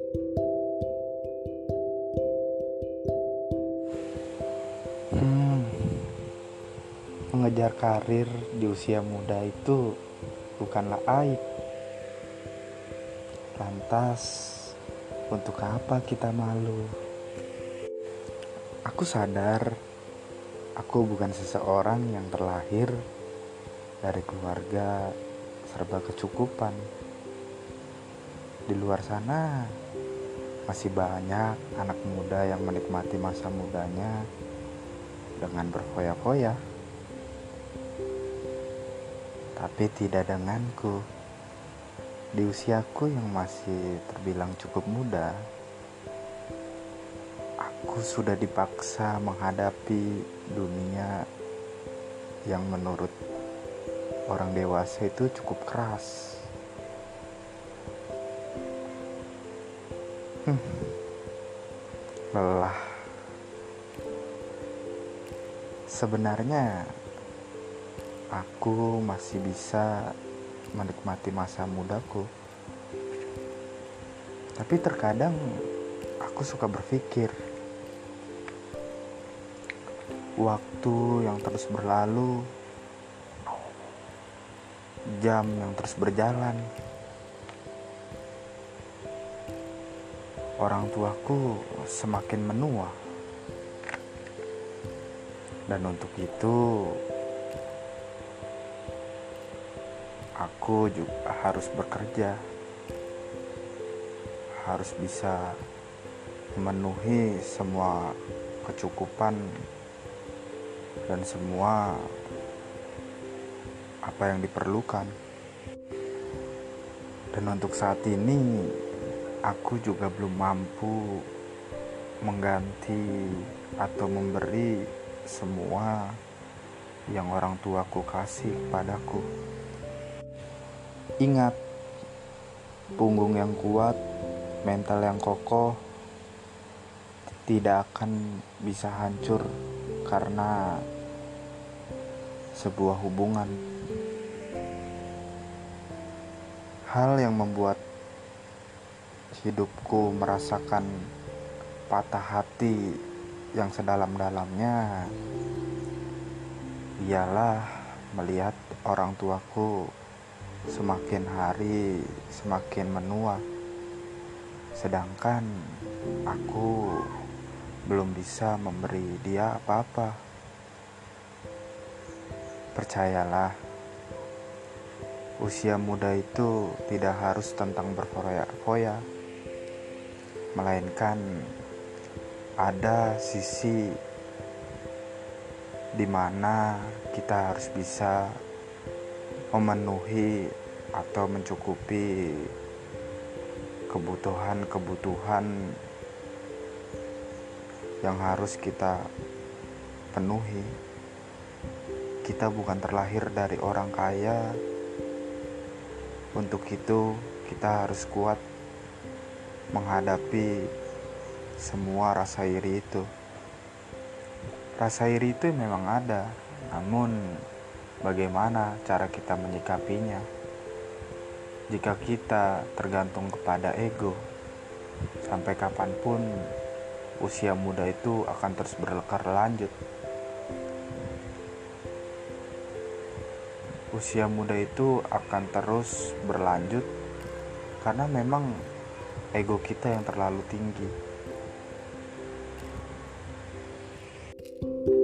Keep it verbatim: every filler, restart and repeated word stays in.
Hmm, mengejar karir di usia muda itu bukanlah aib. Lantas, untuk apa kita malu? Aku sadar, aku bukan seseorang yang terlahir dari keluarga serba kecukupan. Di luar sana, masih banyak anak muda yang menikmati masa mudanya dengan berfoya-foya. Tapi tidak denganku. Di usiaku yang masih terbilang cukup muda, aku sudah dipaksa menghadapi dunia yang menurut orang dewasa itu cukup keras. Hmm, lelah. Sebenarnya aku masih bisa menikmati masa mudaku. Tapi terkadang aku suka berpikir, waktu yang terus berlalu, jam yang terus berjalan. Orang tuaku semakin menua. Dan untuk itu, aku juga harus bekerja. Harus bisa memenuhi semua kecukupan dan semua apa yang diperlukan. Dan untuk saat ini, aku juga belum mampu mengganti atau memberi semua yang orang tuaku kasih padaku. Ingat, punggung yang kuat, mental yang kokoh tidak akan bisa hancur karena sebuah hubungan. Hal yang membuat hidupku merasakan patah hati yang sedalam-dalamnya ialah melihat orang tuaku semakin hari semakin menua, sedangkan aku belum bisa memberi dia apa-apa. Percayalah, usia muda itu tidak harus tentang berfoya-foya, melainkan ada sisi di mana kita harus bisa memenuhi atau mencukupi kebutuhan-kebutuhan yang harus kita penuhi. Kita bukan terlahir dari orang kaya. Untuk itu, kita harus kuat menghadapi semua rasa iri itu. Rasa iri itu memang ada, namun bagaimana cara kita menyikapinya? Jika kita tergantung kepada ego, sampai kapanpun usia muda itu akan terus berlanjut. Usia muda itu akan terus berlanjut karena memang ego kita yang terlalu tinggi.